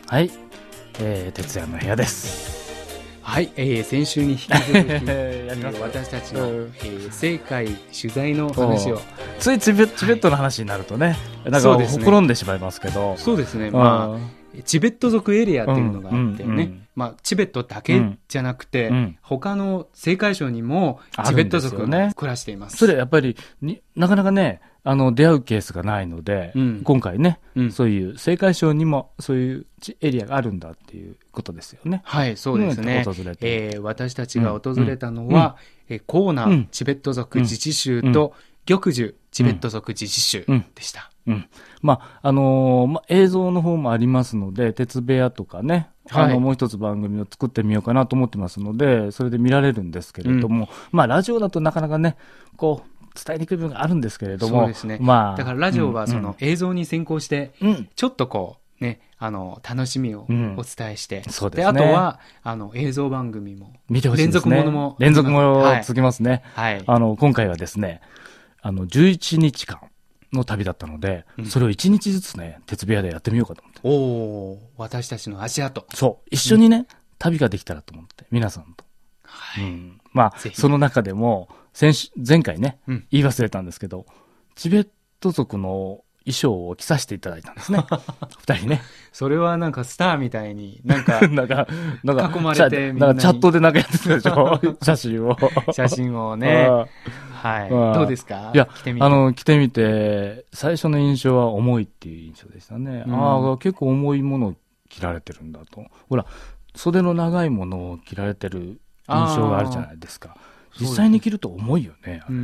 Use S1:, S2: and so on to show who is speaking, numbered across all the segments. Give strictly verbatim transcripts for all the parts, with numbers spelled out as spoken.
S1: はい、えー、哲也の部屋です。
S2: はい、えー、先週に引き続き私たちの、うんえー、政界取材の話を
S1: ついチベ、チベットの話になるとね、はい、なんかほころんでしまいますけど、
S2: そうですね、まあ、チベット族エリアっていうのがあってね、うんうんうんまあ、チベットだけじゃなくて、うん、他の青海省にもチベット族が暮らしています。
S1: それやっぱりになかなかねあの出会うケースがないので、うん、今回ね、うん、そういう青海省にもそういうエリアがあるんだっていうことですよね。
S2: はい、そうですね。うん、えー、私たちが訪れたのは、うんえー、コーナーチベット族自治州と玉樹チベット族自治州でした。
S1: うんうんまああのーま、映像の方もありますので、鉄部屋とかね、あの、はい、もう一つ番組を作ってみようかなと思ってますので、それで見られるんですけれども、うん、まあラジオだとなかなかね、こう伝えにくい部分があるんですけれども、
S2: そうですね。まあ、だからラジオはその映像に先行して、うん、ちょっとこうね、あの楽しみをお伝えして、うん、そうですね。であとはあの映像番組も
S1: 見てほしいですね。
S2: 連続ものも
S1: 連続ものつきますね。はい。あの今回はですね、あのじゅういちにちかんの旅だったので、うん、それをいちにちずつね、鉄部屋でやってみようかと思って。
S2: おお、私たちの足跡。
S1: そう、一緒にね、うん、旅ができたらと思って、皆さんと。
S2: はい。
S1: うん、まあその中でも先週前回ね、うん、言い忘れたんですけど、チベット族の衣装を着させていただいたんですね。二人ね。
S2: それはなんかスターみたいになんか
S1: なんかなんか
S2: 囲まれてみんなに
S1: なんかチャットでなんかやってたでしょ写真を
S2: 写真をね。はい。どうですか？
S1: いや、着てみて。あの、着てみて、最初の印象は重いっていう印象でしたね。うん、ああ、結構重いものを着られてるんだと。ほら、袖の長いものを着られてる印象があるじゃないですか。実際に着ると重いよね。
S2: うんうん、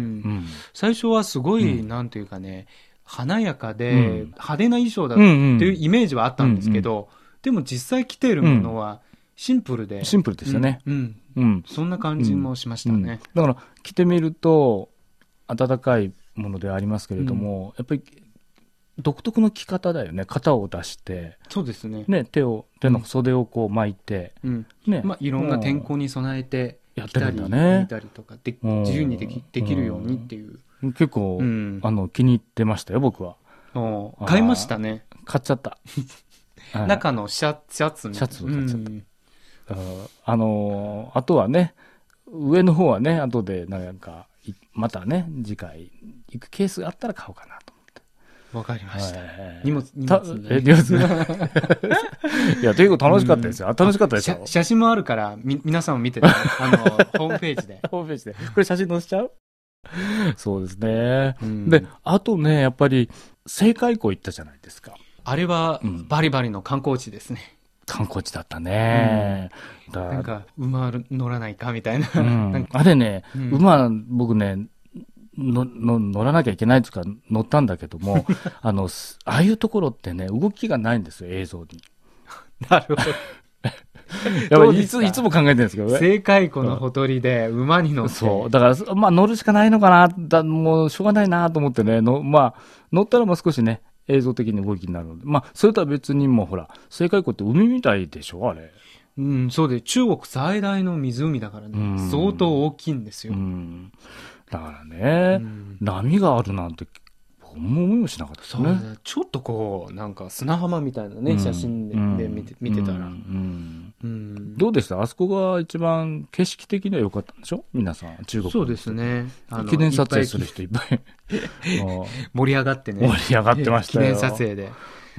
S2: 最初はすごい、うん、なんていうかね、華やかで、うん、派手な衣装だっていうイメージはあったんですけど、うんうん、でも実際着ているものはシンプルで。うん、
S1: シンプルでしたね。
S2: うんうん、そんな感じもしましたね。うんうん、
S1: だから着てみると、暖かいものでありますけれども、うん、やっぱり独特の着方だよね。肩を出して、
S2: そうですね。
S1: ね、手を、手の袖をこう巻いて、
S2: うんねまあ、いろんな天候に備えて、
S1: やってるんだね。
S2: 着たりとかで自由にでき、できるようにっていう。
S1: 結構、うん、あの気に入ってましたよ、僕は。
S2: 買いましたね。
S1: 買っちゃった。
S2: 中のシャツ、シャツ
S1: シャツを買っちゃった。うん、あ, あのあとはね、上の方はね、後でなんかまたね、次回行くケースがあったら買おうかなと思って。
S2: わかりました。荷物、荷物ね。
S1: え、荷物ね。いや、ということ楽しかったですよ。楽しかったですよ。
S2: 写真もあるから、み、皆さんも見てね。あの、ホームページで。
S1: ホームページで。これ写真載せちゃう？そうですね。で、あとね、やっぱり、青海湖行ったじゃないですか。
S2: あれは、バリバリの観光地ですね。
S1: 観光地だったね。
S2: うん、だなんか、馬乗らないかみたいな。
S1: うん、なんかあれね、うん、馬、僕ね、のの乗らなきゃいけないとか乗ったんだけども、あの、ああいうところってね、動きがないんですよ、映像に。
S2: なるほど。
S1: やっぱりいつ、いつも考えてるんですけどね。
S2: 青海湖のほとりで馬に乗って。
S1: そう。だから、まあ乗るしかないのかな、だもうしょうがないなと思ってね、のまあ乗ったらもう少しね、映像的に動きになるので。まあ、それとは別にもほら、青海湖って海みたいでしょ、あれ。
S2: うん、そうで、中国最大の湖だからね、相当大きいんですよ。うん
S1: だからね、うん、波があるなんて思いもしなかったですね。そうね。
S2: ちょっとこうなんか砂浜みたいなね、うん、写真で、うん、で見て見てたら、うん
S1: うん、どうでした？あそこが一番景色的には良かったんでしょ？皆さん中国。
S2: そうですね。
S1: 記念撮影する人いっぱい
S2: 盛り上がってね。
S1: 盛り上がってましたよ。
S2: 記念撮影で。
S1: うん、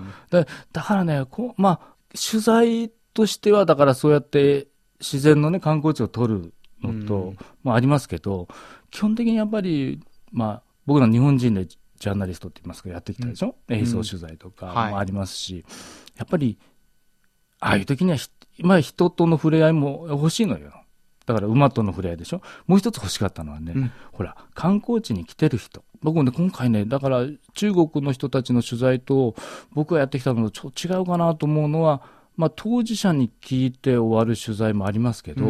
S1: だ, だからね、こうまあ取材としてはだからそうやって自然のね観光地を撮るのと、うんまあ、ありますけど、基本的にやっぱり、まあ、僕ら日本人でジャーナリストって言いますかやってきたでしょ、うん、映像取材とかもありますし、うんはい、やっぱりああいう時には、まあ、人との触れ合いも欲しいのよ。だから馬との触れ合いでしょ。もう一つ欲しかったのはね、うん、ほら観光地に来てる人、僕もね今回ねだから中国の人たちの取材と僕がやってきたのとちょっと違うかなと思うのは、まあ、当事者に聞いて終わる取材もありますけど、うん、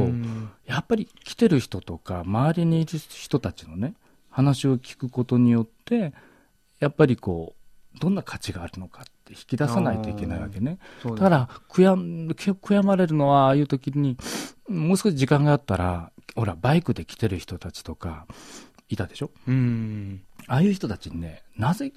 S1: やっぱり来てる人とか周りにいる人たちのね話を聞くことによってやっぱりこうどんな価値があるのかって引き出さないといけないわけね。だから悔や悔やまれるのはああいう時にもう少し時間があったらほらバイクで来てる人たちとかいたでしょ。うんああいう人たちにねなぜ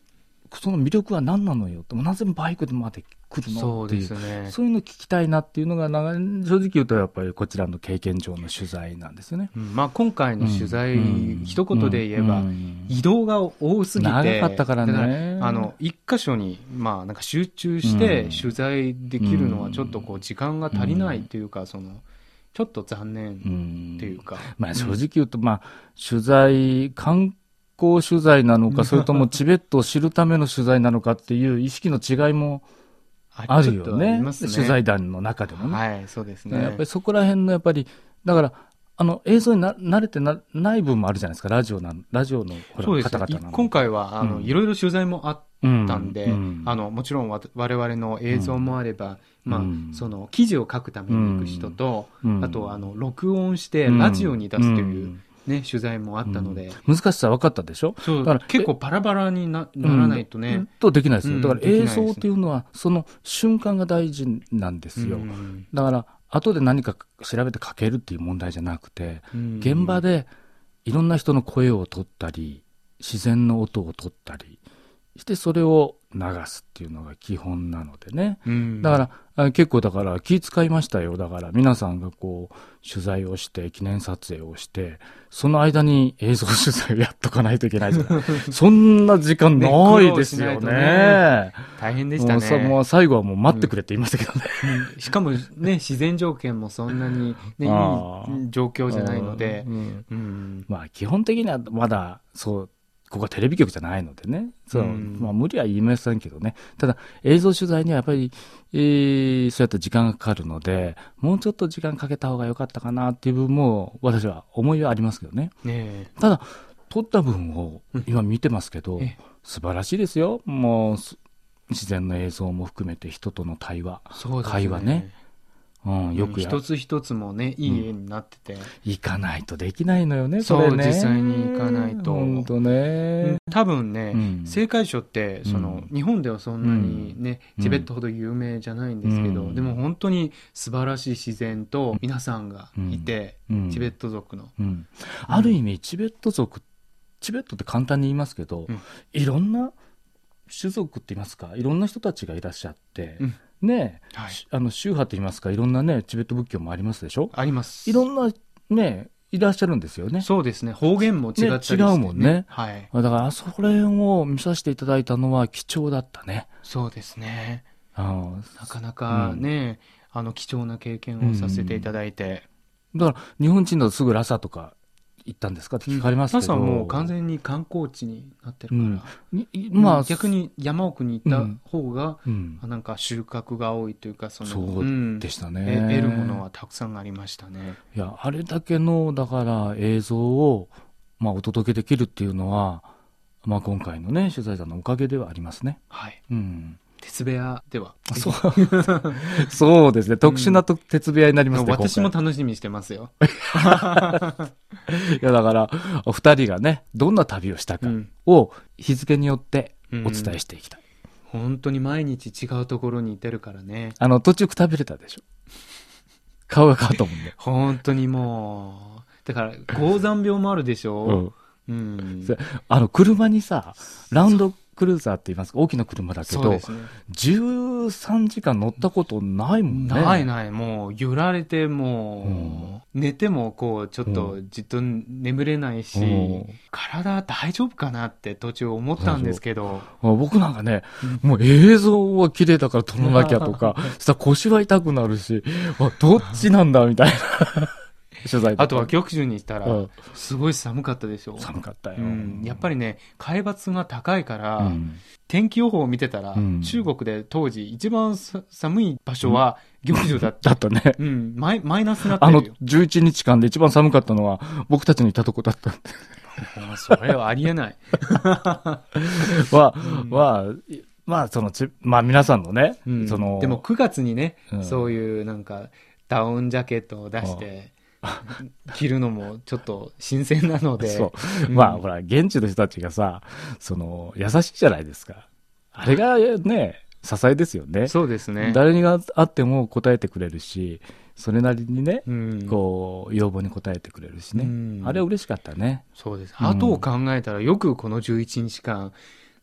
S1: その魅力は何なのよって、なぜバイクでまで来るのっていう、そうですね、そういうの聞きたいなっていうのが、正直言うとやっぱりこちらの経験上の取材なんですよね。
S2: うん、まあ、今回の取材、うん、一言で言えば、うん、移動が多すぎて、
S1: 長かったからね。
S2: だからあの一箇所に、まあ、なんか集中して取材できるのはちょっとこう時間が足りないっていうか、うん、そのちょっと残念っていうか、
S1: うん、まあ、正直言うと、まあ、取材観光取材なのか、それともチベットを知るための取材なのかっていう意識の違いもあるよね。ね、取材団の中でもね。
S2: はい、そうですね。
S1: やっぱりそこら辺のやっぱり、だから、あの映像にな慣れてなない部分もあるじゃないですか、ラジオなラジオのほら
S2: そうですね、
S1: 方々なので。
S2: 今回はあの、うん、いろいろ取材もあったんで、うんうん、あのもちろんわ我々の映像もあれば、うん、まあ、その記事を書くために行く人と、うん、あとあの録音してラジオに出すという、うんね、取材もあったので、
S1: うん、難しさ分かったでしょ。
S2: そうだから結構パラパラに な, ならないとね、うん、
S1: とできないですよ。だから映像っていうのはその瞬間が大事なんですよ、うん、だから後で何か調べて書けるっていう問題じゃなくて、うん、現場でいろんな人の声を取ったり自然の音を取ったりしてそれを流すっていうのが基本なのでね、うん、だから結構だから気遣いましたよ。だから皆さんがこう取材をして記念撮影をしてその間に映像取材をやっとかないといけないじゃないそんな時間ないですよ ね, ね
S2: 大変でしたね。
S1: もうもう最後はもう待ってくれって言いましたけどね、
S2: うん、しかもね自然条件もそんなに、ね、いい状況じゃないので、うん
S1: うん、まあ基本的にはまだそうここはテレビ局じゃないのでね、そう、うん、まあ、無理は言いませんけどね、ただ映像取材にはやっぱり、えー、そうやって時間がかかるのでもうちょっと時間かけた方が良かったかなっていう部分も私は思いはありますけどね。ねただ撮った分を今見てますけど、うん、素晴らしいですよ。もう自然の映像も含めて人との対話、そうですね、会話ね、うん、よくや
S2: 一つ一つもねいい絵になってて、うん、
S1: 行かないとできないのよね。
S2: そ
S1: れね
S2: そう実際に行かないと
S1: 本当ね、
S2: うん、多分ね、うん、青海省ってその、うん、日本ではそんなにね、うん、チベットほど有名じゃないんですけど、うん、でも本当に素晴らしい自然と皆さんがいて、うん、チベット族の、
S1: うんうん、ある意味チベット族チベットって簡単に言いますけど、うん、いろんな種族って言いますかいろんな人たちがいらっしゃって、うんねえ、はい、あの宗派といいますかいろんなねチベット仏教もありますでしょ。
S2: あります。
S1: いろんなねいらっしゃるんですよね。
S2: そうですね。方言も違ったりして、ね
S1: ね、違うもんね、
S2: はい、
S1: だからそれを見させていただいたのは貴重だったね。
S2: そうですね。あなかなかね、うん、あの貴重な経験をさせていただいて、
S1: うん、だから日本人だとすぐラサとか行ったんですかって聞かれますけど、
S2: ラサはもう完全に観光地になってるから、うん
S1: まあ、
S2: 逆に山奥に行った方が、うんうん、なんか収穫が多いというかその
S1: そうでしたね、
S2: うん、得るものはたくさんありましたね。
S1: いやあれだけのだから映像を、まあ、お届けできるっていうのは、まあ、今回のね取材団のおかげではありますね。
S2: はい、うん鉄部屋では
S1: そうそうですね特殊なと、うん、鉄部屋になりますね。
S2: 私も楽しみにしてますよ
S1: いやだからお二人がねどんな旅をしたかを日付によってお伝えしていきたい、
S2: うん、本当に毎日違うところにいてるからね。
S1: あの途中食べれたでしょ顔が変わったもんね
S2: 本当にもうだから高山病もあるでしょ、うんうん、
S1: あの車にさラウンドクルーザーって言いますか大きな車だけど、ね、じゅうさんじかん乗ったことないもんね。
S2: ないないもう揺られてもう、うん、寝てもこうちょっとじっと眠れないし、うん、体大丈夫かなって途中思ったんですけど、
S1: 僕なんかね、うん、もう映像は綺麗だから撮らなきゃとかそしたら腰は痛くなるしどっちなんだみたいな取材
S2: あとは極州に行ったらすごい寒かったでしょ。
S1: 寒かったよ、
S2: うん、やっぱりね海抜が高いから、うん、天気予報を見てたら、うん、中国で当時一番寒い場所は極州だった、
S1: だったね、
S2: うん、マイ、マイナスになってるよ。
S1: あのじゅういちにちかんで一番寒かったのは僕たちのいたとこだった
S2: それはありえない
S1: は、うん、はまあそのちまあ皆さんのね、
S2: うん、
S1: その
S2: でもくがつにね、うん、そういうなんかダウンジャケットを出して着るのもちょっと新鮮なので
S1: そう、うん、まあほら現地の人たちがさその優しいじゃないですか。あれがね支えですよね。
S2: そうですね。
S1: 誰にがあっても答えてくれるしそれなりにね、うん、こう要望に応えてくれるしね、うん、あれは嬉しかったね。
S2: そうです。後を考えたらよくこのじゅういちにちかん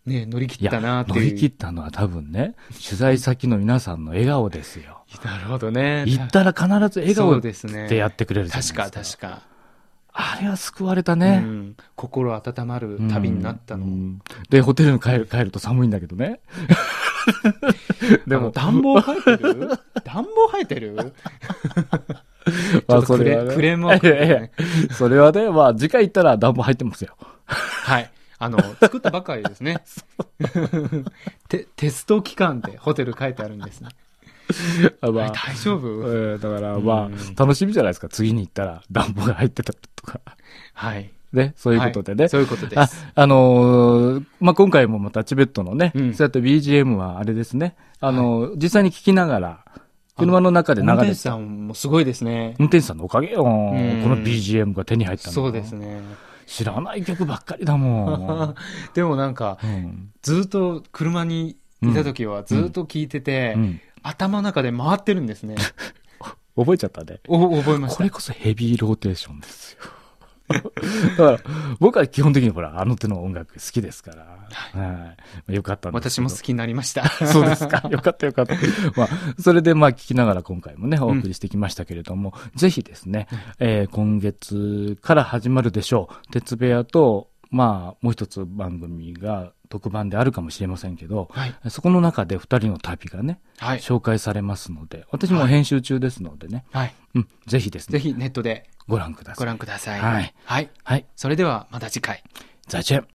S2: ね、乗り切ったなっていう。
S1: 乗り切ったのは多分ね、取材先の皆さんの笑顔ですよ。
S2: なるほどね。
S1: 行ったら必ず笑顔でやってくれるじゃないですか。
S2: 確か、確か。
S1: あれは救われたね。
S2: うん、心温まる旅になったの。うんうん、
S1: で、ホテルに帰る、帰ると寒いんだけどね。
S2: でも、暖房入ってる暖房入ってるまあ、それはね。クレームは、ね。いやいや
S1: それはね、まあ、次回行ったら暖房入ってますよ。
S2: はい。あの、作ったばかりですね。テ、テスト期間でホテル書いてあるんですね。
S1: まあ、
S2: 大丈夫、
S1: えー、だからまあ、楽しみじゃないですか。次に行ったら暖房が入ってたとか。
S2: はい。
S1: ね、そういうことでね。はい、
S2: そういうことです。
S1: あ、あのー、まあ、今回もまたチベットのね、うん、そうやって ビージーエム はあれですね。あのー、はい、実際に聞きながら、車の中で流れて。
S2: 運転手さんもすごいですね。
S1: 運転手さんのおかげよ。この ビージーエム が手に入ったの。
S2: そうですね。
S1: 知らない曲ばっかりだもん。
S2: でもなんか、うん、ずっと車にいた時はずっと聞いてて、うんうん、頭の中で回ってるんですね。
S1: 覚えちゃったね。
S2: お、覚えました。
S1: これこそヘビーローテーションですよ。だから僕は基本的にほらあの手の音楽好きですから、はいはい、よかったんですけど。
S2: 私も好きになりました。
S1: そうですか。よかったよかった。まあそれでまあ聞きながら今回もねお送りしてきましたけれども、うん、ぜひですね、えー、今月から始まるでしょう鉄部屋とまあもう一つ番組が特番であるかもしれませんけど、はい、そこの中で二人の旅がね、はい、紹介されますので、私も編集中ですのでね、はいうん、ぜひですね。
S2: ぜひネットで
S1: ご覧ください。
S2: ご覧ください。
S1: はい。
S2: はい。はい。それではまた次回。
S1: 再见。